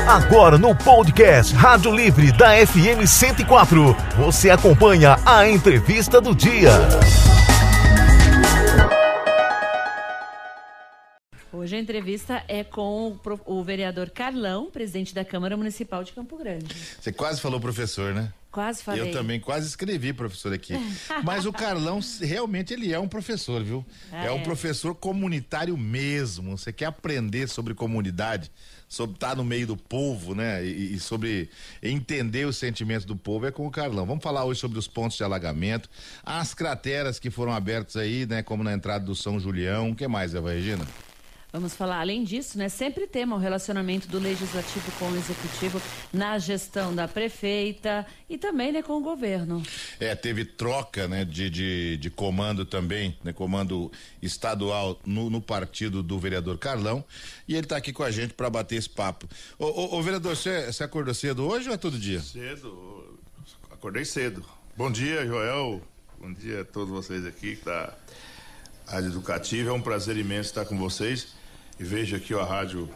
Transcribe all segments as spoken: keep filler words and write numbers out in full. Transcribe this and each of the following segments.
Agora no podcast Rádio Livre da F M cento e quatro, você acompanha a entrevista do dia. Hoje a entrevista é com o vereador Carlão, presidente da Câmara Municipal de Campo Grande. Você quase falou professor, né? Quase falei. Eu também quase escrevi professor aqui. Mas o Carlão, realmente, ele é um professor, viu? Ah, é um é. professor comunitário mesmo. Você quer aprender sobre comunidade, sobre estar no meio do povo, né? E, e sobre entender os sentimentos do povo, é com o Carlão. Vamos falar hoje sobre os pontos de alagamento, as crateras que foram abertas aí, né? Como na entrada do São Julião. O que mais, Eva Regina? Vamos falar, além disso, né, sempre tema o relacionamento do legislativo com o executivo na gestão da prefeita e também, né, com o governo. É, teve troca, né, de, de, de comando também, né, comando estadual no, no partido do vereador Carlão, e ele está aqui com a gente para bater esse papo. Ô, ô, ô vereador, você, você acordou cedo hoje ou é todo dia? Cedo, acordei cedo. Bom dia, Joel, bom dia a todos vocês aqui que tá Rádio Educativa, é um prazer imenso estar com vocês. E vejo aqui ó, a rádio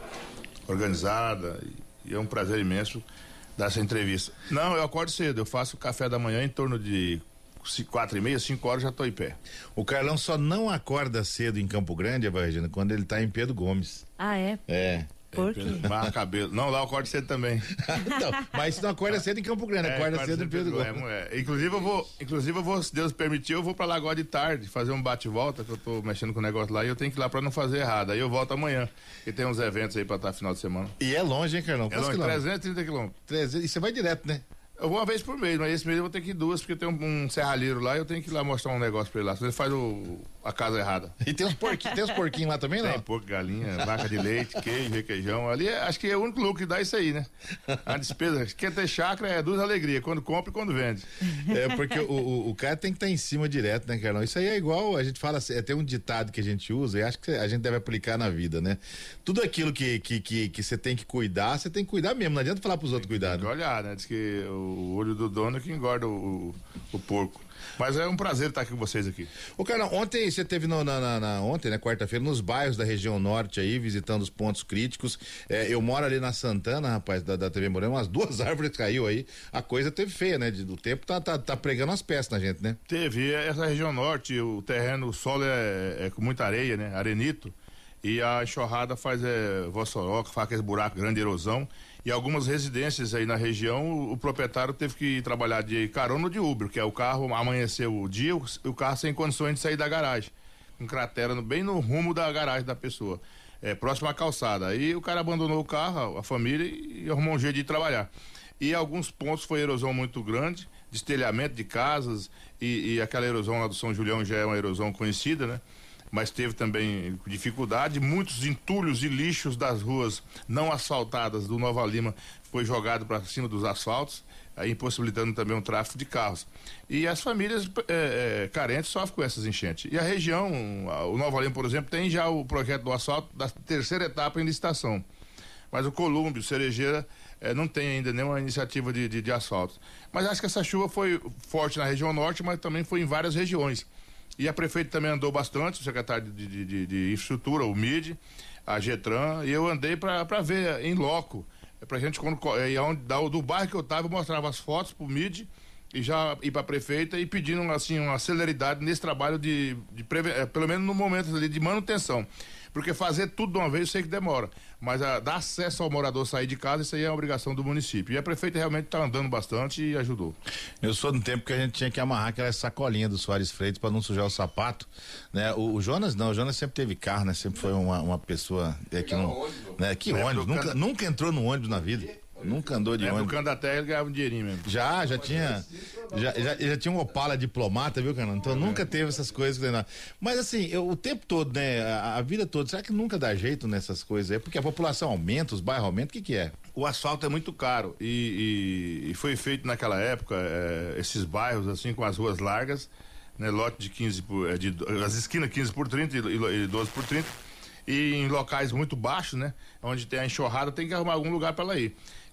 organizada e, e é um prazer imenso dar essa entrevista. Não, eu acordo cedo, eu faço café da manhã em torno de quatro e meia, cinco horas já estou em pé. O Carlão só não acorda cedo em Campo Grande, Eva Regina, quando ele está em Pedro Gomes. Ah, é? É. Por quê? Barra cabelo. Não, lá eu acordo cedo também. Não, mas não acorda cedo em Campo Grande, É, acorda cedo em Pedro Gomes. É, é. Inclusive eu vou, inclusive eu vou, se Deus permitir, eu vou pra lá agora de tarde, fazer um bate-volta, que eu tô mexendo com o negócio lá e eu tenho que ir lá pra não fazer errado. Aí eu volto amanhã, e tem uns eventos aí pra estar final de semana. E é longe, hein, Carlão? É longe, trezentos e trinta quilômetros. trezentos, e você vai direto, né? Eu vou uma vez por mês, mas esse mês eu vou ter que ir duas, porque tem um, um serralheiro lá e eu tenho que ir lá mostrar um negócio pra ele lá, senão ele faz o, a casa errada. E tem uns porquinhos, tem uns porquinhos lá também, não? Tem porco, galinha, vaca de leite, queijo, requeijão. Ali é, acho que é o único lucro que dá isso aí, né? A despesa, quer ter chácara é duas alegrias, quando compra e quando vende. É, porque o, o, o cara tem que estar em cima direto, né, Carlão? Isso aí é igual, a gente fala, é, tem um ditado que a gente usa e acho que a gente deve aplicar na vida, né? Tudo aquilo que que, que, que você tem que cuidar, você tem que cuidar mesmo, não adianta falar pros outros cuidar. Tem que olhar, né? Diz que o olho do dono é que engorda o, o, o porco. Mas é um prazer estar aqui com vocês aqui. Ô, Carlão, ontem você esteve na, na, na ontem, né, quarta-feira, nos bairros da região norte aí, visitando os pontos críticos. É, eu moro ali na Santana, rapaz, da, da T V Moreno, umas duas árvores caiu aí. A coisa teve feia, né? O tempo tá, tá, tá pregando as peças na gente, né? Teve. Essa região norte, o terreno, o solo é, é com muita areia, né? Arenito. E a enxurrada faz é, vossoroca, faz aquele buraco grande, erosão. E algumas residências aí na região, o, o proprietário teve que trabalhar de carona ou de Uber, que é o carro, amanheceu o dia, o, o carro sem condições de sair da garagem, com cratera no, bem no rumo da garagem da pessoa, é, próximo à calçada. Aí o cara abandonou o carro, a, a família, e, e arrumou um jeito de trabalhar. E alguns pontos foi erosão muito grande, destelhamento de casas, e, e aquela erosão lá do São Julião já é uma erosão conhecida, né? Mas teve também dificuldade, muitos entulhos e lixos das ruas não asfaltadas do Nova Lima foi jogado para cima dos asfaltos, aí impossibilitando também o tráfego de carros. E as famílias é, é, carentes sofrem com essas enchentes. E a região, o Nova Lima, por exemplo, tem já o projeto do asfalto da terceira etapa em licitação. Mas o Colúmbio, Cerejeira, é, não tem ainda nenhuma iniciativa de, de, de asfalto. Mas acho que essa chuva foi forte na região norte, mas também foi em várias regiões. E a prefeita também andou bastante, o secretário de, de, de, de infraestrutura, o M I D, a Getran, e eu andei para ver em loco, pra gente, quando, é, onde, do bairro que eu tava, eu mostrava as fotos pro M I D e já ir para a prefeita e pedindo assim uma celeridade nesse trabalho de, de preve... é, pelo menos no momento ali de manutenção. Porque fazer tudo de uma vez eu sei que demora, mas a, dar acesso ao morador sair de casa, isso aí é uma obrigação do município. E a prefeita realmente está andando bastante e ajudou. Eu sou do tempo que a gente tinha que amarrar aquela sacolinha do Soares Freitas para não sujar o sapato, né? O, o Jonas não, o Jonas sempre teve carro, né? Sempre foi uma, uma pessoa é, que não, né? Que ônibus, nunca, canda... nunca entrou no ônibus na vida. Nunca andou de é, ônibus. No Candaté ele ganhava um dinheirinho mesmo. Já, já tinha. Já, já, já tinha um Opala diplomata, viu, Carlão? Então é. nunca teve essas coisas. Mas assim, eu, o tempo todo, né? A, a vida toda, será que nunca dá jeito nessas coisas? É porque a população aumenta, os bairros aumentam, o que que é? O asfalto é muito caro e, e, e foi feito naquela época, é, esses bairros assim, com as ruas largas, né? Lote de quinze por. De, as esquinas quinze por trinta e, e doze por trinta. E em locais muito baixos, né? Onde tem a enxurrada, tem que arrumar algum lugar para ela ir.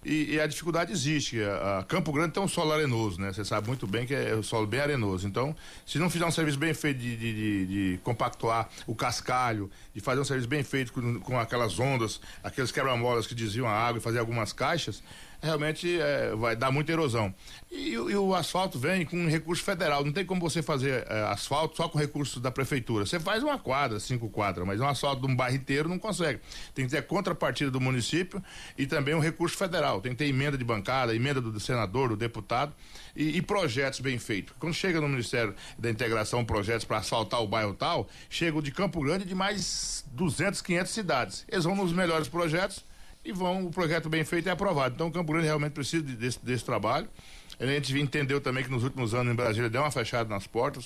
E, e a dificuldade existe. A, a Campo Grande tem um solo arenoso, né? Você sabe muito bem que é um solo bem arenoso. Então, se não fizer um serviço bem feito de, de, de, de compactuar o cascalho, de fazer um serviço bem feito com, com aquelas ondas, aqueles quebra-molas que desviam a água e fazer algumas caixas, realmente é, vai dar muita erosão. E, e o asfalto vem com um recurso federal. Não tem como você fazer é, asfalto só com recursos da prefeitura. Você faz uma quadra, cinco quadras, mas um asfalto de um bairro inteiro não consegue. Tem que ter a contrapartida do município e também um recurso federal. Tem que ter emenda de bancada, emenda do, do senador, do deputado e, e projetos bem feitos. Quando chega no Ministério da Integração projetos para asfaltar o bairro tal, chega de Campo Grande de mais duzentas, quinhentas cidades. Eles vão nos melhores projetos e vão, o projeto bem feito é aprovado. Então o Campo Grande realmente precisa de, desse, desse trabalho. A gente entendeu também que nos últimos anos em Brasília deu uma fechada nas portas,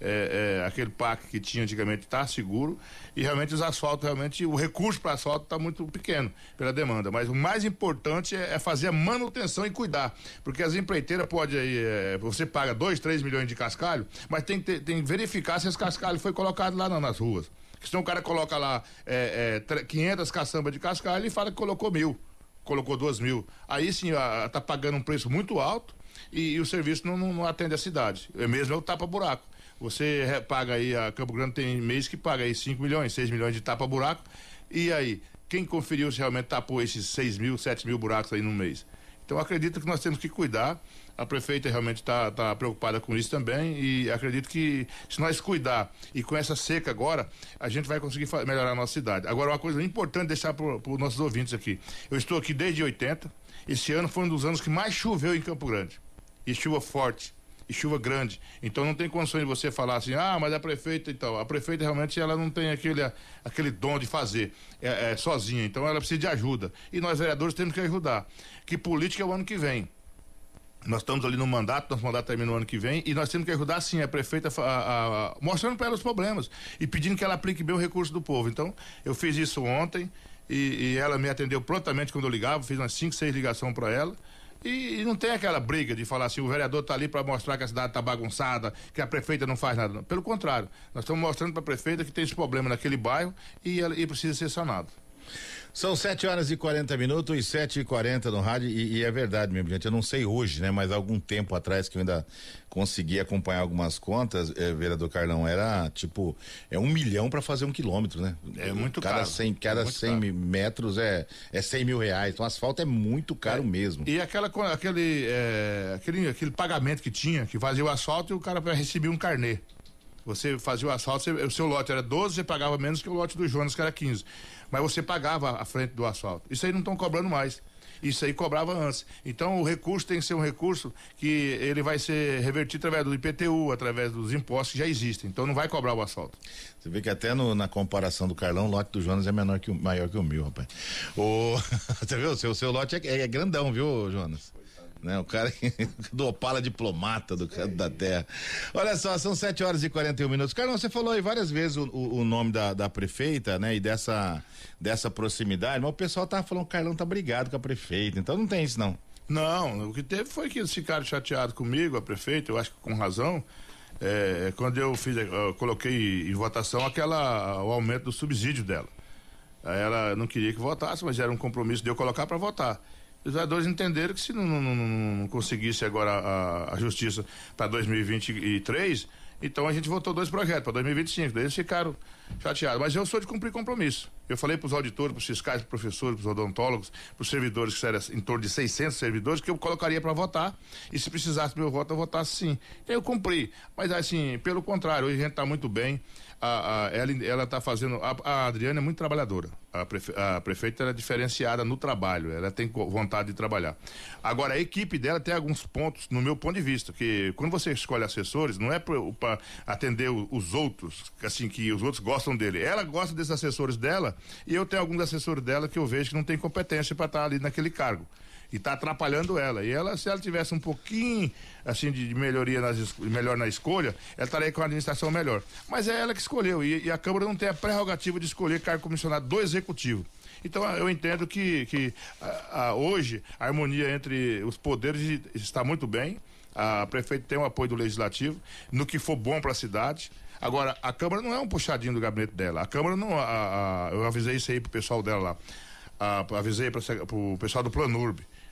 é, é, aquele P A C que tinha antigamente está seguro e realmente os asfaltos, realmente o recurso para asfalto está muito pequeno pela demanda, mas o mais importante é, é fazer a manutenção e cuidar, porque as empreiteiras pode aí, é, você paga dois, três milhões de cascalho, mas tem que, ter, tem que verificar se esse cascalho foi colocado lá na, nas ruas. Porque senão o cara coloca lá é, é, quinhentas caçambas de cascalho e fala que colocou mil, colocou duas mil. Aí sim a, tá pagando um preço muito alto e, e o serviço não, não, não atende a cidade. É mesmo é o tapa-buraco. Você paga aí, a Campo Grande tem mês que paga aí cinco milhões, seis milhões de tapa-buraco. E aí, quem conferiu se realmente tapou esses seis mil, sete mil buracos aí no mês? Então acredito que nós temos que cuidar. A prefeita realmente está tá preocupada com isso também e acredito que se nós cuidar e com essa seca agora, a gente vai conseguir melhorar a nossa cidade. Agora, uma coisa importante deixar para os nossos ouvintes aqui. Eu estou aqui desde oitenta, esse ano foi um dos anos que mais choveu em Campo Grande. E chuva forte, e chuva grande. Então não tem condições de você falar assim, ah, mas a prefeita e tal. A prefeita realmente ela não tem aquele, aquele dom de fazer é, é, sozinha, então ela precisa de ajuda. E nós vereadores temos que ajudar. Que política é o ano que vem. Nós estamos ali no mandato, nosso mandato termina no ano que vem e nós temos que ajudar sim a prefeita a, a, a, mostrando para ela os problemas e pedindo que ela aplique bem o recurso do povo. Então, eu fiz isso ontem e, e ela me atendeu prontamente quando eu ligava, fiz umas cinco, seis ligações para ela. E, e não tem aquela briga de falar assim, o vereador está ali para mostrar que a cidade está bagunçada, que a prefeita não faz nada. Não. Pelo contrário, nós estamos mostrando para a prefeita que tem esse problema naquele bairro e, ela, e precisa ser sanado. São sete horas e quarenta minutos e sete e quarenta no rádio e, e é verdade mesmo, gente. Eu não sei hoje, né? Mas algum tempo atrás que eu ainda consegui acompanhar algumas contas, eh, vereador Carlão, era tipo, é um milhão para fazer um quilômetro, né? É muito cada caro. cem, cada é cem caro. Metros é, é cem mil reais. Então, asfalto é muito caro é, mesmo. E aquela, aquele, é, aquele, aquele pagamento que tinha, que fazia o asfalto e o cara recebia um carnê. Você fazia o asfalto, você, o seu lote era doze, você pagava menos que o lote do Jonas, que era quinze. Mas você pagava a frente do asfalto. Isso aí não estão cobrando mais. Isso aí cobrava antes. Então o recurso tem que ser um recurso que ele vai ser revertido através do I P T U, através dos impostos que já existem. Então não vai cobrar o asfalto. Você vê que até no, na comparação do Carlão, o lote do Jonas é menor que o, maior que o meu, rapaz. O, você viu? O seu, seu lote é, é grandão, viu, Jonas? Né? O cara do Opala diplomata do canto da terra. Olha só, são sete horas e quarenta e um minutos. Carlão, você falou aí várias vezes o, o, o nome da, da prefeita, né? E dessa, dessa proximidade, mas o pessoal tava falando que o Carlão tá brigado com a prefeita, então não tem isso não. Não, o que teve foi que eles ficaram chateados comigo, a prefeita, eu acho que com razão, é, quando eu fiz, eu coloquei em votação aquela, o aumento do subsídio dela. Aí ela não queria que votasse, mas era um compromisso de eu colocar para votar. Os vereadores entenderam que se não, não, não, não conseguisse agora a, a justiça para dois mil e vinte e três, então a gente votou dois projetos para dois mil e vinte e cinco, daí eles ficaram chateados. Mas eu sou de cumprir compromisso. Eu falei para os auditores, para os fiscais, para os professores, para os odontólogos, para os servidores, que eram em torno de seiscentos servidores, que eu colocaria para votar e se precisasse do meu voto, eu votasse sim. Eu cumpri. Mas assim, pelo contrário, hoje a gente está muito bem. A, a, ela, ela tá fazendo, a, a Adriana é muito trabalhadora, a, prefe, a prefeita é diferenciada no trabalho, ela tem vontade de trabalhar. Agora a equipe dela tem alguns pontos, no meu ponto de vista, que quando você escolhe assessores, não é para atender o, os outros, assim, que os outros gostam dele, ela gosta desses assessores dela e eu tenho alguns assessores dela que eu vejo que não tem competência para estar ali naquele cargo. E está atrapalhando ela. E ela, se ela tivesse um pouquinho assim de melhoria nas, melhor na escolha, ela estaria com a administração melhor. Mas é ela que escolheu. E, e a Câmara não tem a prerrogativa de escolher cargo comissionado do Executivo. Então eu entendo que, que a, a, hoje a harmonia entre os poderes está muito bem. A prefeita tem o apoio do Legislativo no que for bom para a cidade. Agora, a Câmara não é um puxadinho do gabinete dela. A Câmara não. A, a, eu avisei isso aí pro pessoal dela lá. A, avisei para o pessoal do Planurb.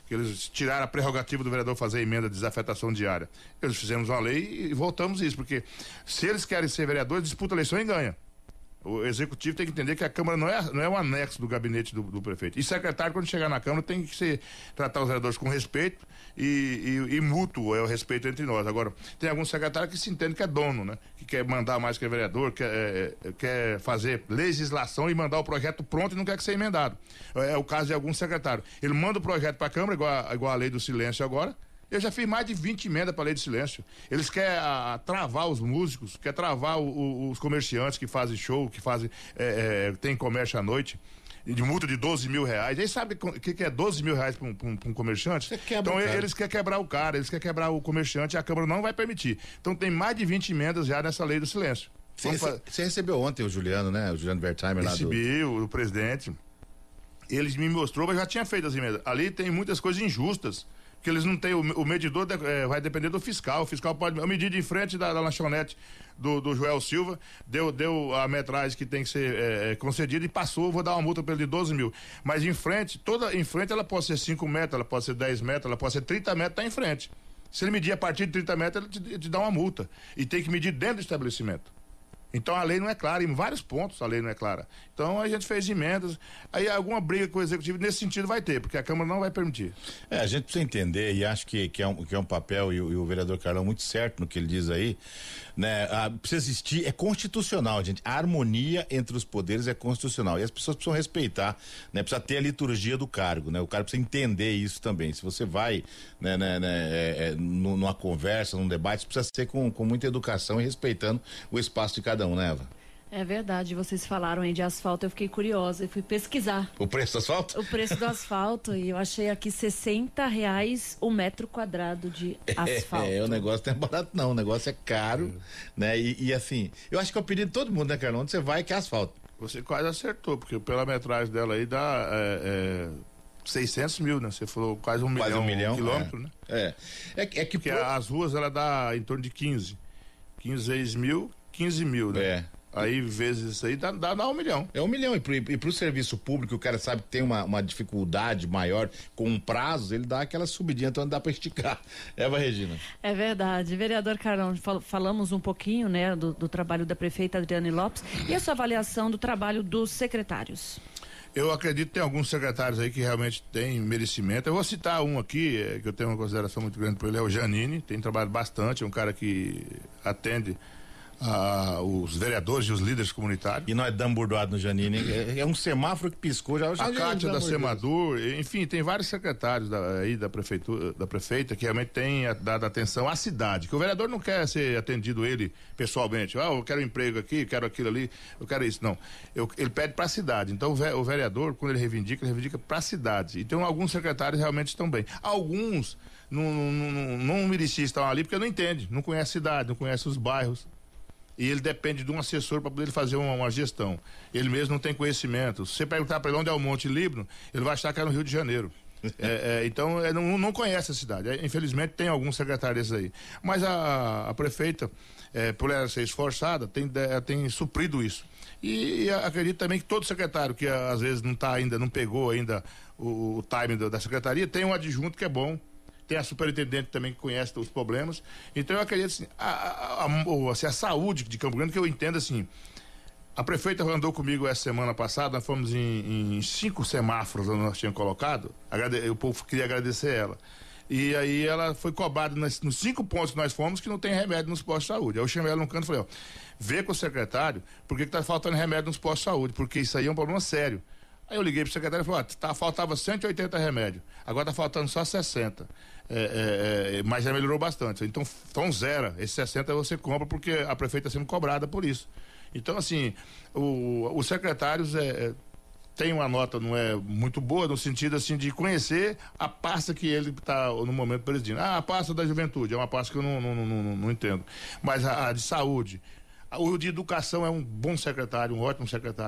que eles tiraram a prerrogativa do vereador fazer emenda de desafetação diária. Eles fizemos uma lei e voltamos isso, porque se eles querem ser vereadores, disputa a eleição e ganha. O executivo tem que entender que a Câmara não é, não é um anexo do gabinete do, do prefeito. E secretário, quando chegar na Câmara, tem que ser, tratar os vereadores com respeito e, e, e mútuo, é o respeito entre nós. Agora, tem alguns secretários que se entendem que é dono, né? Que quer mandar mais que é vereador, quer, é, quer fazer legislação e mandar o projeto pronto e não quer que seja emendado. É, é o caso de algum secretário. Ele manda o projeto para a Câmara, igual a, igual a lei do silêncio agora. Eu já fiz mais de vinte emendas para a lei de silêncio. Eles querem a, a, travar os músicos, querem travar o, o, os comerciantes que fazem show, que fazem, é, é, tem comércio à noite, de multa de doze mil reais. Eles sabem o que, que é doze mil reais para um, um, um comerciante? Então eles querem quebrar o cara, eles querem quebrar o comerciante e a Câmara não vai permitir. Então tem mais de vinte emendas já nessa lei do silêncio. Você recebeu ontem o Juliano, né? O Juliano Wertheimer lá do... Recebi o, o presidente. Ele me mostrou, mas já tinha feito as emendas. Ali tem muitas coisas injustas. Que eles não têm, o, o medidor de, é, vai depender do fiscal, o fiscal pode, eu medi de frente da, da lanchonete do, do Joel Silva, deu, deu a metragem que tem que ser é, concedida e passou, vou dar uma multa para ele de doze mil, mas em frente, toda em frente ela pode ser cinco metros, ela pode ser dez metros, ela pode ser trinta metros, tá em frente, se ele medir a partir de trinta metros, ele te, te dá uma multa, e tem que medir dentro do estabelecimento. Então a lei não é clara, em vários pontos a lei não é clara. Então a gente fez emendas, aí alguma briga com o executivo nesse sentido vai ter, porque a Câmara não vai permitir. É, a gente precisa entender, e acho que, que, é, um, que é um papel, e o, e o vereador Carlão muito certo no que ele diz aí, né? A, precisa existir, é constitucional, gente, a harmonia entre os poderes é constitucional, e as pessoas precisam respeitar, né? Precisa ter a liturgia do cargo, né? O cara precisa entender isso também. Se você vai, né, né, né é, é, numa conversa, num debate, precisa ser com, com muita educação e respeitando o espaço de cada um, né, Eva? É verdade, vocês falaram aí de asfalto, eu fiquei curiosa e fui pesquisar. O preço do asfalto? O preço do asfalto, e eu achei aqui sessenta reais o metro quadrado de asfalto. É, é, o negócio não é barato não, o negócio é caro, é. né? E, e assim, eu acho que é o pedido de todo mundo, né, Carlão? Onde você vai que é asfalto. Você quase acertou, porque pela metragem dela aí dá é, é, seiscentos mil, né? Você falou quase um quase milhão, um milhão um quilômetro, é. né? É. É, é que porque por... as ruas ela dá em torno de quinze. quinze mil, quinze mil, né? É. Aí, vezes isso aí, dá, dá, dá um milhão. É um milhão. E pro, e pro serviço público, o cara sabe que tem uma, uma dificuldade maior com um prazo, ele dá aquela subidinha, então não dá pra esticar. Eva Regina. É verdade. Vereador Carlão, fal, falamos um pouquinho, né, do, do trabalho da prefeita Adriane Lopes e a sua avaliação do trabalho dos secretários. Eu acredito que tem alguns secretários aí que realmente têm merecimento. Eu vou citar um aqui, é, que eu tenho uma consideração muito grande por ele, é o Janine, tem trabalhado bastante, é um cara que atende Ah, os vereadores e os líderes comunitários. E nós damos bordoado no Janine, é, é um semáforo que piscou já. já a Cátia da Semadur, enfim, tem vários secretários da, aí da prefeitura, da prefeita que realmente tem dado atenção à cidade, que o vereador não quer ser atendido ele pessoalmente, ah, eu quero um emprego aqui, quero aquilo ali, eu quero isso, não, eu, ele pede para a cidade, então o, o vereador, quando ele reivindica, ele reivindica para a cidade, então alguns secretários realmente estão bem, alguns não, não, não, não merecia estar ali porque não entende, não conhece a cidade, não conhece os bairros. E ele depende de um assessor para poder fazer uma, uma gestão. Ele mesmo não tem conhecimento. Se você perguntar para ele onde é o Monte Líbano, ele vai achar que é no Rio de Janeiro. é, é, então, é, não, não conhece a cidade. É, infelizmente, tem alguns secretários aí. Mas a, a prefeita, é, por ela ser esforçada, tem, é, tem suprido isso. E, e acredito também que todo secretário que às vezes não tá ainda, não pegou ainda o, o time da, da secretaria, tem um adjunto que é bom. Tem a superintendente também que conhece os problemas. Então eu acredito assim, a, a, a, assim, a saúde de Campo Grande, que eu entendo assim, a prefeita andou comigo essa semana passada, nós fomos em, em cinco semáforos onde nós tínhamos colocado, agrade, o povo queria agradecer ela. E aí ela foi cobrada nas, nos cinco pontos que nós fomos que não tem remédio nos postos de saúde. Aí eu chamei ela no canto e falei, ó, vê com o secretário por que que tá faltando remédio nos postos de saúde, porque isso aí é um problema sério. Aí eu liguei pro secretário e falei, ó, tá, faltava cento e oitenta remédios, agora tá faltando só sessenta. É, é, é, mas já melhorou bastante. Então, então zero. Esses sessenta você compra porque a prefeita está sendo cobrada por isso. Então, assim, o, os secretários é, é, têm uma nota, não é muito boa, no sentido assim de conhecer a pasta que ele está no momento presidindo. Ah, a pasta da juventude é uma pasta que eu não, não, não, não, não entendo. Mas a, a de saúde. O de educação é um bom secretário, um ótimo secretário.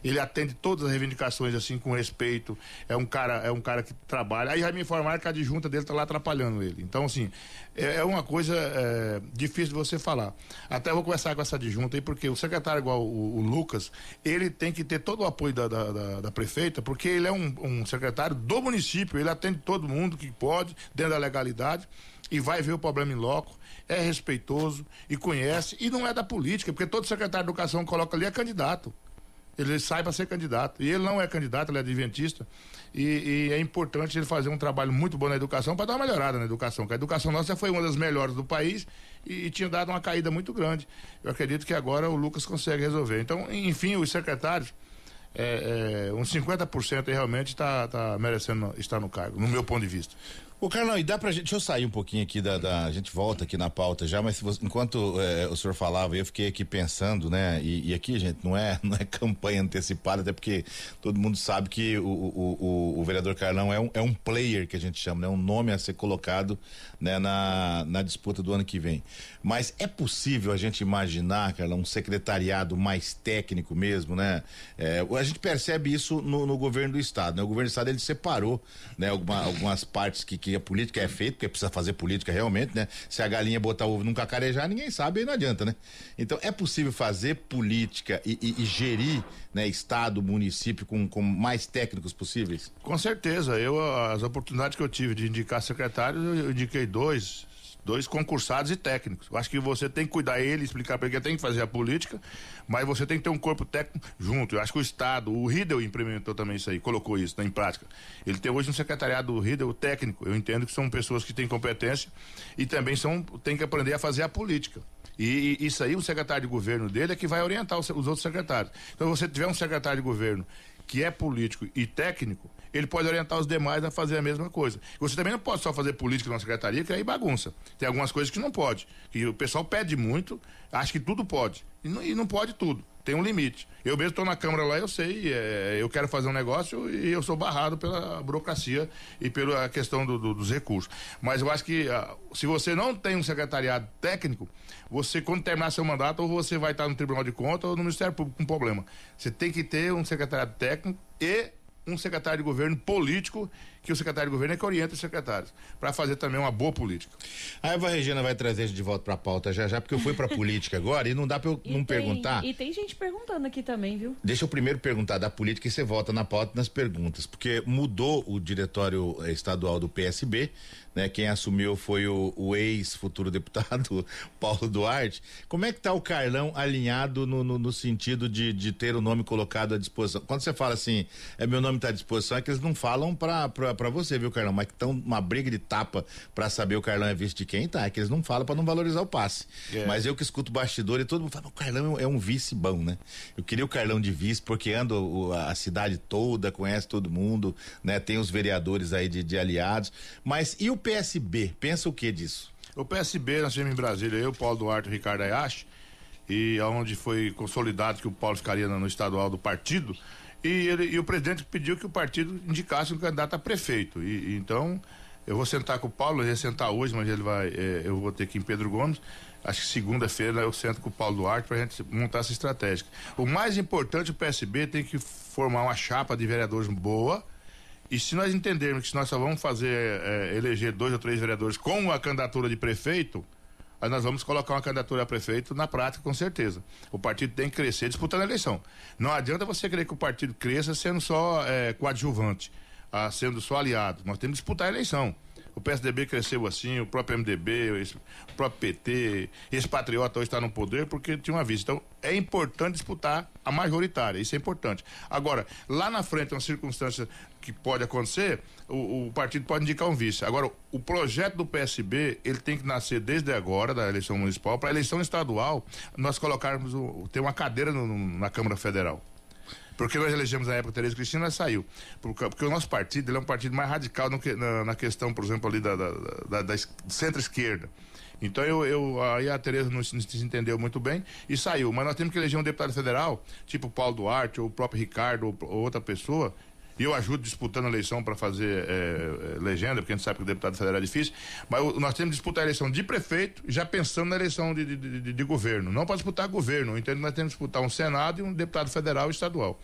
ele atende todas as reivindicações assim com respeito, é um cara, é um cara que trabalha. Aí vai me informar que a adjunta dele tá lá atrapalhando ele. Então, assim, é, é uma coisa é, difícil de você falar. Até vou conversar com essa adjunta aí, porque o secretário igual o, o Lucas, ele tem que ter todo o apoio da, da, da, da prefeita, porque ele é um, um secretário do município, ele atende todo mundo que pode, dentro da legalidade, e vai ver o problema em loco, é respeitoso e conhece, e não é da política, porque todo secretário de educação que coloca ali é candidato. Ele sai para ser candidato. E ele não é candidato, ele é adventista. E, e é importante ele fazer um trabalho muito bom na educação para dar uma melhorada na educação. Porque a educação nossa foi uma das melhores do país e, e tinha dado uma caída muito grande. Eu acredito que agora o Lucas consegue resolver. Então, enfim, os secretários, é, é, uns cinquenta por cento realmente está tá merecendo estar no cargo, no meu ponto de vista. Ô Carlão, e dá pra gente, deixa eu sair um pouquinho aqui da, da a gente volta aqui na pauta já, mas se você, enquanto é, o senhor falava, eu fiquei aqui pensando, né, e, e aqui, gente, não é, não é campanha antecipada, até porque todo mundo sabe que o, o, o, o vereador Carlão é um, é um player que a gente chama, né, um nome a ser colocado, né, na, na disputa do ano que vem. Mas é possível a gente imaginar, Carlão, um secretariado mais técnico mesmo, né? É, a gente percebe isso no, no governo do estado, né? O governo do estado, ele separou, né, alguma, algumas partes que que a política é feita, porque precisa fazer política realmente, né? Se a galinha botar ovo num cacarejar, ninguém sabe, aí não adianta, né? Então, é possível fazer política e, e, e gerir, né, estado, município com, com mais técnicos possíveis? Com certeza, eu, as oportunidades que eu tive de indicar secretários, eu indiquei dois, dois concursados e técnicos. Eu acho que você tem que cuidar ele, explicar para ele que tem que fazer a política, mas você tem que ter um corpo técnico junto. Eu acho que o Estado, o Riedel implementou também isso aí, colocou isso, né, em prática. Ele tem hoje um secretariado do Riedel técnico. Eu entendo que são pessoas que têm competência e também são, tem que aprender a fazer a política. E, e isso aí, o secretário de governo dele é que vai orientar os, os outros secretários. Então, se você tiver um secretário de governo que é político e técnico, ele pode orientar os demais a fazer a mesma coisa. Você também não pode só fazer política na secretaria, que aí bagunça. Tem algumas coisas que não pode. Que o pessoal pede muito, acha que tudo pode. E não, e não pode tudo. Tem um limite. Eu mesmo estou na Câmara lá, eu sei, é, eu quero fazer um negócio e eu sou barrado pela burocracia e pela questão do, do, dos recursos. Mas eu acho que ah, se você não tem um secretariado técnico, você, quando terminar seu mandato, ou você vai estar no Tribunal de Contas ou no Ministério Público com problema. Você tem que ter um secretariado técnico e um secretário de governo político, que o secretário de governo é que orienta os secretários, para fazer também uma boa política. A Eva Regina vai trazer a gente de volta pra pauta já já, porque eu fui pra política agora e não dá pra eu E não tem- perguntar. E tem gente perguntando aqui também, viu? Deixa eu primeiro perguntar da política e você volta na pauta nas perguntas, porque mudou o diretório eh, estadual do P S B, né? Quem assumiu foi o, o ex-futuro deputado Paulo Duarte. Como é que tá o Carlão alinhado no, no, no sentido de, de ter o nome colocado à disposição? Quando você fala assim, é meu nome tá à disposição, é que eles não falam pra, pra, pra você, viu, Carlão? Mas que estão uma briga de tapa pra saber o Carlão é vice de quem, tá? É que eles não falam pra não valorizar o passe. É. Mas eu que escuto bastidor e todo mundo fala, o Carlão é um vice bom, né? Eu queria o Carlão de vice, porque anda o- a cidade toda, conhece todo mundo, né? Tem os vereadores aí de, de aliados. Mas e o P S B? Pensa o que disso? O P S B, nós tivemos em Brasília, eu, Paulo Duarte e o Ricardo Ayashi, e onde foi consolidado que o Paulo ficaria no, no estadual do partido, e, ele, e o presidente pediu que o partido indicasse um candidato a prefeito. E, e então, eu vou sentar com o Paulo, ele ia sentar hoje, mas ele vai, é, eu vou ter que ir em Pedro Gomes. Acho que segunda-feira eu sento com o Paulo Duarte pra gente montar essa estratégia. O mais importante, o P S B tem que formar uma chapa de vereadores boa. E se nós entendermos que se nós só vamos fazer, é, eleger dois ou três vereadores com a candidatura de prefeito, aí nós vamos colocar uma candidatura a prefeito na prática, com certeza. O partido tem que crescer disputando a eleição. Não adianta você querer que o partido cresça sendo só é, coadjuvante, ah, sendo só aliado. Nós temos que disputar a eleição. O P S D B cresceu assim, o próprio M D B, esse, o próprio P T, esse patriota hoje está no poder porque tinha uma vice. Então, é importante disputar a majoritária, isso é importante. Agora, lá na frente, uma circunstância que pode acontecer, o, o partido pode indicar um vice. Agora, o projeto do P S B, ele tem que nascer desde agora, da eleição municipal, para a eleição estadual, nós colocarmos, o, ter uma cadeira no, no, na Câmara Federal. Porque nós elegemos na época Tereza Cristina, saiu. Porque, porque o nosso partido, ele é um partido mais radical no que, na, na questão, por exemplo, ali da, da, da, da centro-esquerda. Então eu, eu, aí a Tereza não se, se entendeu muito bem e saiu. Mas nós temos que eleger um deputado federal, tipo Paulo Duarte, ou o próprio Ricardo, ou, ou outra pessoa. E eu ajudo disputando a eleição para fazer é, legenda, porque a gente sabe que o deputado federal é difícil. Mas o, nós temos que disputar a eleição de prefeito, já pensando na eleição de, de, de, de governo. Não para disputar governo. Eu entendo que nós temos que disputar um Senado e um deputado federal e estadual.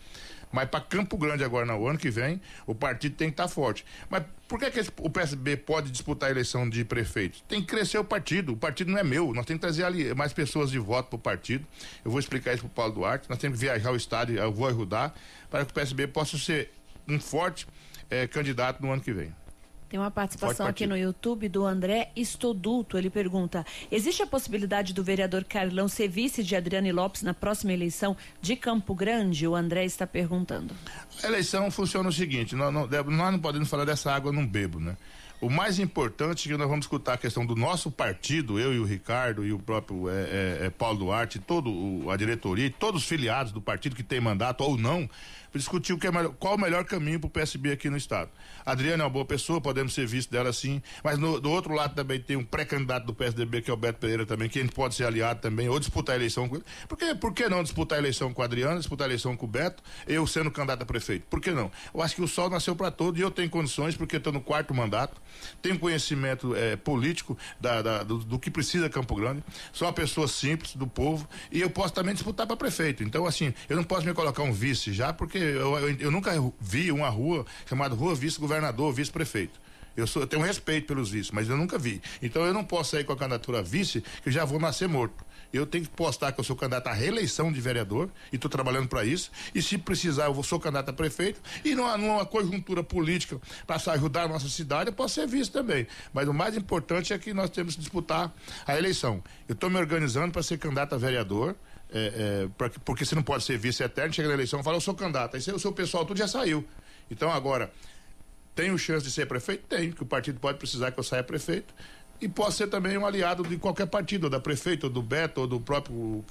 Mas para Campo Grande agora, no ano que vem, o partido tem que estar forte. Mas por que, que esse, o P S B pode disputar a eleição de prefeito? Tem que crescer o partido. O partido não é meu. Nós temos que trazer ali mais pessoas de voto para o partido. Eu vou explicar isso para o Paulo Duarte. Nós temos que viajar ao estado, eu vou ajudar, para que o P S B possa ser um forte eh, candidato no ano que vem. Tem uma participação aqui no YouTube do André Estoduto. Ele pergunta: existe a possibilidade do vereador Carlão ser vice de Adriane Lopes na próxima eleição de Campo Grande? O André está perguntando. A eleição funciona o seguinte: nós não, nós não podemos falar dessa água, eu não bebo, né? O mais importante é que nós vamos escutar a questão do nosso partido, eu e o Ricardo e o próprio é, é, é Paulo Duarte, todo o, a diretoria, todos os filiados do partido que tem mandato ou não, para discutir o que é melhor, qual o melhor caminho para o P S B aqui no estado. A Adriana é uma boa pessoa, podemos ser visto dela sim, mas no, do outro lado também tem um pré-candidato do P S D B, que é o Beto Pereira também, que a gente pode ser aliado também, ou disputar a eleição com ele. Por que, por que não disputar a eleição com a Adriana, disputar a eleição com o Beto, eu sendo candidato a prefeito? Por que não? Eu acho que o sol nasceu para todos e eu tenho condições, porque estou no quarto mandato, tenho conhecimento é, político da, da, do, do que precisa Campo Grande, sou uma pessoa simples, do povo, e eu posso também disputar para prefeito. Então, assim, eu não posso me colocar um vice já, porque eu, eu, eu nunca vi uma rua chamada Rua Vice-Governador, Vice-Prefeito. Eu, sou, eu tenho respeito pelos vices, mas eu nunca vi. Então eu não posso sair com a candidatura a vice, que eu já vou nascer morto. Eu tenho que postar que eu sou candidato à reeleição de vereador e estou trabalhando para isso. E se precisar, eu vou, sou candidato a prefeito. E numa, numa conjuntura política para ajudar a nossa cidade, eu posso ser vice também. Mas o mais importante é que nós temos que disputar a eleição. Eu estou me organizando para ser candidato a vereador. É, é, pra, porque você não pode ser vice eterno, chega na eleição e fala, eu sou candidato. Aí o seu pessoal tudo já saiu. Então agora, tenho chance de ser prefeito? Tenho, que o partido pode precisar que eu saia prefeito. E posso ser também um aliado de qualquer partido, ou da prefeita, ou do Beto, ou do próprio...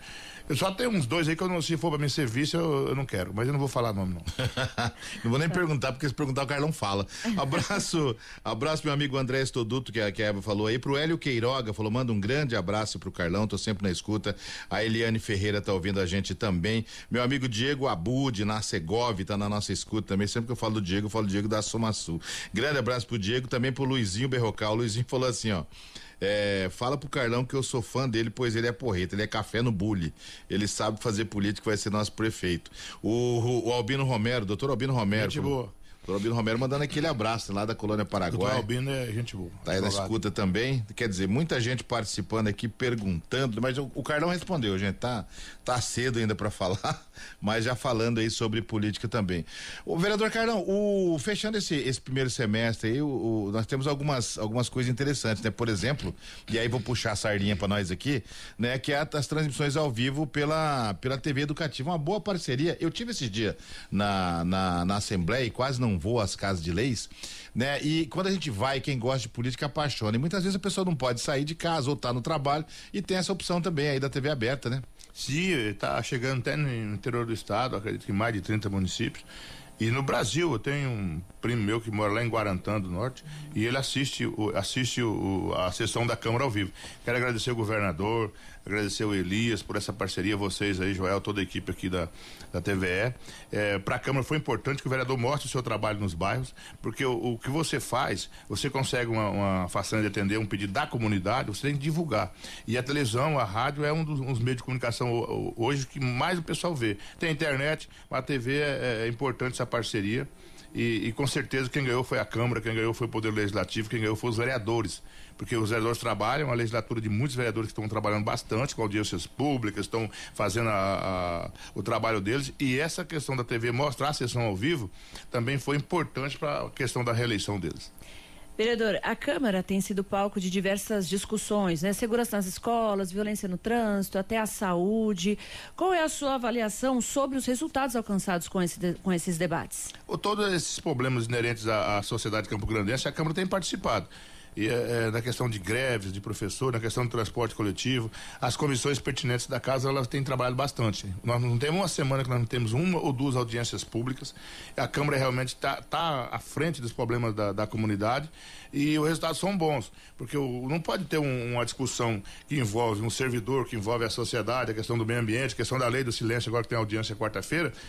Eu só tenho uns dois aí que eu não, se for pra mim ser vice, eu, eu não quero, mas eu não vou falar nome, não. Não vou nem perguntar, porque se perguntar o Carlão fala. Abraço, abraço meu amigo André Estoduto, que a, que a Eva falou aí, pro Hélio Queiroga, falou, manda um grande abraço pro Carlão, tô sempre na escuta. A Eliane Ferreira tá ouvindo a gente também. Meu amigo Diego Abud, na Segovia, tá na nossa escuta também. Sempre que eu falo do Diego, eu falo do Diego da Soma Sul. Grande abraço pro Diego, também pro Luizinho Berrocal. O Luizinho falou assim, ó. É, fala pro Carlão que eu sou fã dele, pois ele é porreta, ele é café no bule. Ele sabe fazer política, vai ser nosso prefeito. O, o, o Albino Romero, doutor Albino Romero. Gente boa. doutor Albino Romero mandando aquele abraço lá da Colônia Paraguai. doutor Albino é gente boa. Tá aí na escuta também. Quer dizer, muita gente participando aqui, perguntando, mas o, o Carlão respondeu, gente. Tá, tá cedo ainda para falar, mas já falando aí sobre política também. O vereador Carlão, o, fechando esse, esse primeiro semestre aí, o, o, nós temos algumas, algumas coisas interessantes, né? Por exemplo, e aí vou puxar a sardinha para nós aqui, né? Que é as transmissões ao vivo pela, pela T V Educativa, uma boa parceria. Eu tive esses dias na, na, na Assembleia e quase não vou às casas de leis, né? E quando a gente vai, quem gosta de política apaixona. E muitas vezes a pessoa não pode sair de casa ou tá no trabalho e tem essa opção também aí da T V aberta, né? Sim, tá chegando até no interior do estado, acredito que mais de trinta municípios. E no Brasil, eu tenho um primo meu que mora lá em Guarantã do Norte e ele assiste, o, assiste o, a sessão da Câmara ao vivo. Quero agradecer o governador, agradecer o Elias por essa parceria, vocês aí, Joel, toda a equipe aqui da, da T V E. É, para a Câmara foi importante que o vereador mostre o seu trabalho nos bairros, porque o, o que você faz, você consegue uma, uma façanha de atender um pedido da comunidade, você tem que divulgar. E a televisão, a rádio é um dos, um dos meios de comunicação hoje que mais o pessoal vê. Tem a internet, mas a T V é, é importante essa parceria. E, e com certeza quem ganhou foi a Câmara, quem ganhou foi o Poder Legislativo, quem ganhou foi os vereadores, porque os vereadores trabalham, a legislatura de muitos vereadores que estão trabalhando bastante com audiências públicas, estão fazendo a, a, o trabalho deles, e essa questão da T V mostrar a sessão ao vivo também foi importante para a questão da reeleição deles. Vereador, a Câmara tem sido palco de diversas discussões, né? Segurança nas escolas, violência no trânsito, até a saúde. Qual é a sua avaliação sobre os resultados alcançados com, esse, com esses debates? O, todos esses problemas inerentes à, à sociedade campograndense, a Câmara tem participado. E, é, na questão de greves de professor, na questão do transporte coletivo, as comissões pertinentes da casa, elas têm trabalhado bastante. Nós não temos uma semana que nós não temos uma ou duas audiências públicas. A Câmara realmente está tá à frente dos problemas da, da comunidade e os resultados são bons, porque o, não pode ter um, uma discussão que envolve um servidor, que envolve a sociedade, a questão do meio ambiente, a questão da lei do silêncio, agora que tem audiência quarta-feira,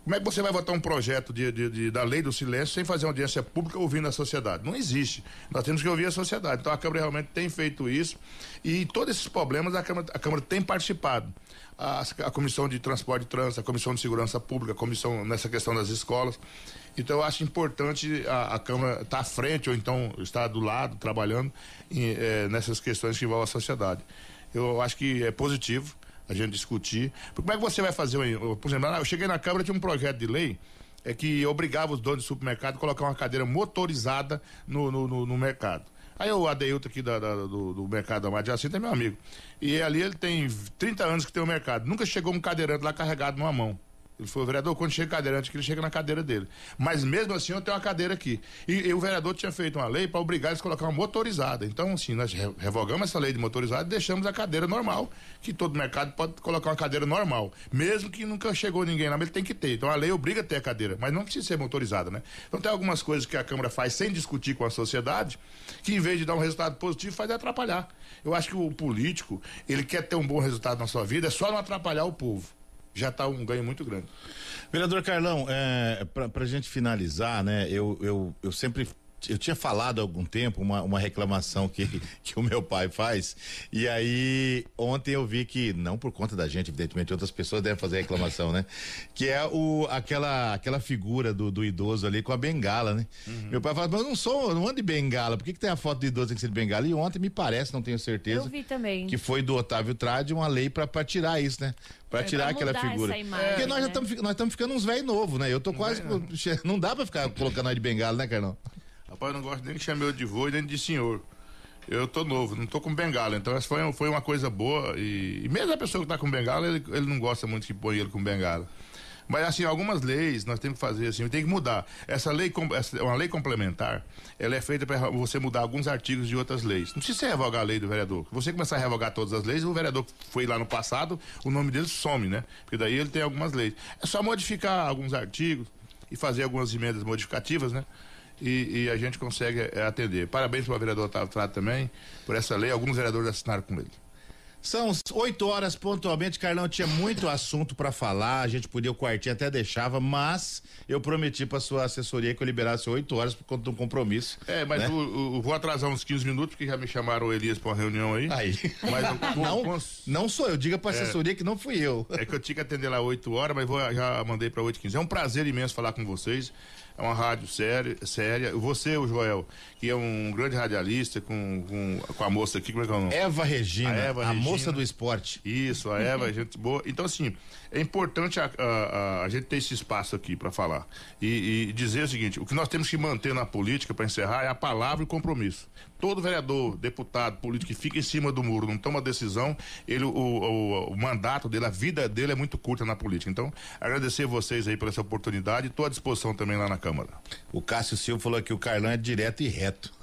Como é que você vai votar um projeto de, de, de, da lei do silêncio sem fazer uma audiência pública ouvindo a sociedade? Não existe. Nós temos que ouvir a sociedade. Então a Câmara realmente tem feito isso e todos esses problemas a Câmara, a Câmara tem participado. A, a Comissão de Transporte e Trânsito, a Comissão de Segurança Pública, a Comissão nessa questão das escolas. Então eu acho importante a, a Câmara estar à frente ou então estar do lado, trabalhando em, é, nessas questões que envolvem a sociedade. Eu acho que é positivo a gente discutir. Como é que você vai fazer? Por exemplo, eu cheguei na Câmara, tinha um projeto de lei é, que obrigava os donos de supermercado a colocar uma cadeira motorizada no, no, no, no mercado. Aí o Adeilton aqui da, da, do, do mercado da Amado Jacinto é meu amigo. E ali ele tem trinta anos que tem o mercado. Nunca chegou um cadeirante lá carregado numa mão. Ele falou, vereador, quando chega cadeirante aqui, ele chega na cadeira dele. Mas mesmo assim eu tenho uma cadeira aqui. E, e o vereador tinha feito uma lei para obrigar eles a colocar uma motorizada. Então, assim, nós revogamos essa lei de motorizada e deixamos a cadeira normal, que todo mercado pode colocar uma cadeira normal. Mesmo que nunca chegou ninguém lá, mas ele tem que ter. Então a lei obriga a ter a cadeira, mas não precisa ser motorizada, né? Então tem algumas coisas que a Câmara faz sem discutir com a sociedade, que em vez de dar um resultado positivo, faz atrapalhar. Eu acho que o político, ele quer ter um bom resultado na sua vida, é só não atrapalhar o povo. Já está um ganho muito grande. Vereador Carlão, é, para a gente finalizar, né, eu, eu, eu sempre, eu tinha falado há algum tempo uma, uma reclamação que, que o meu pai faz, e aí ontem eu vi que, não por conta da gente, evidentemente, outras pessoas devem fazer reclamação, né, que é o, aquela, aquela figura do, do idoso ali com a bengala, né. Uhum. Meu pai fala, mas eu não sou, eu não ando de bengala, por que que tem a foto do idoso tem que ser de bengala? E ontem me parece, não tenho certeza, eu vi também, que foi do Otávio Trade uma lei para tirar isso, né. Pra é, tirar aquela figura. Imagem, porque nós né? já estamos nós estamos ficando uns velhos novos, né? Eu tô não quase. É, não. não dá pra ficar colocando nós de bengala, né, Carlão? Rapaz, eu não gosto nem que chame eu de vô e nem de senhor. Eu tô novo, não tô com bengala. Então essa foi, foi uma coisa boa. E, e mesmo a pessoa que tá com bengala, ele, ele não gosta muito que põe ele com bengala. Mas assim, algumas leis nós temos que fazer assim, tem que mudar. Essa lei, essa, uma lei complementar, ela é feita para você mudar alguns artigos de outras leis. Não precisa revogar a lei do vereador. Se você começar a revogar todas as leis, o vereador foi lá no passado, o nome dele some, né? Porque daí ele tem algumas leis. É só modificar alguns artigos e fazer algumas emendas modificativas, né? E, e a gente consegue é, atender. Parabéns para o vereador Otávio Trade também, por essa lei. Alguns vereadores assinaram com ele. São oito horas pontualmente, Carlão, tinha muito assunto para falar, a gente podia, o quartinho até deixava, mas eu prometi para sua assessoria que eu liberasse oito horas por conta de um compromisso. É, mas né? eu, eu vou atrasar uns quinze minutos, porque já me chamaram o Elias para uma reunião aí. Aí. Mas eu, não, com... não sou eu, diga para a assessoria é, que não fui eu. É que eu tinha que atender lá oito horas, mas vou, já mandei para oito e quinze. É um prazer imenso falar com vocês. É uma rádio séria, séria. Você, o Joel, que é um grande radialista, com, com, com a moça aqui, como é que é o nome? Eva Regina, a, Eva a Regina, moça do esporte. Isso, a Eva, gente boa. Então, assim, é importante a, a, a, a gente ter esse espaço aqui para falar. E, e dizer o seguinte, o que nós temos que manter na política, para encerrar, é a palavra e o compromisso. Todo vereador, deputado, político que fica em cima do muro, não toma decisão, ele, o, o, o mandato dele, a vida dele é muito curta na política. Então, agradecer vocês aí por essa oportunidade e estou à disposição também lá na Câmara. O Cássio Silva falou que o Carlão é direto e reto.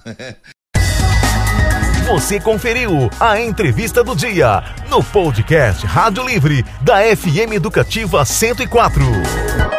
Você conferiu a entrevista do dia no podcast Rádio Livre da F M Educativa cento e quatro.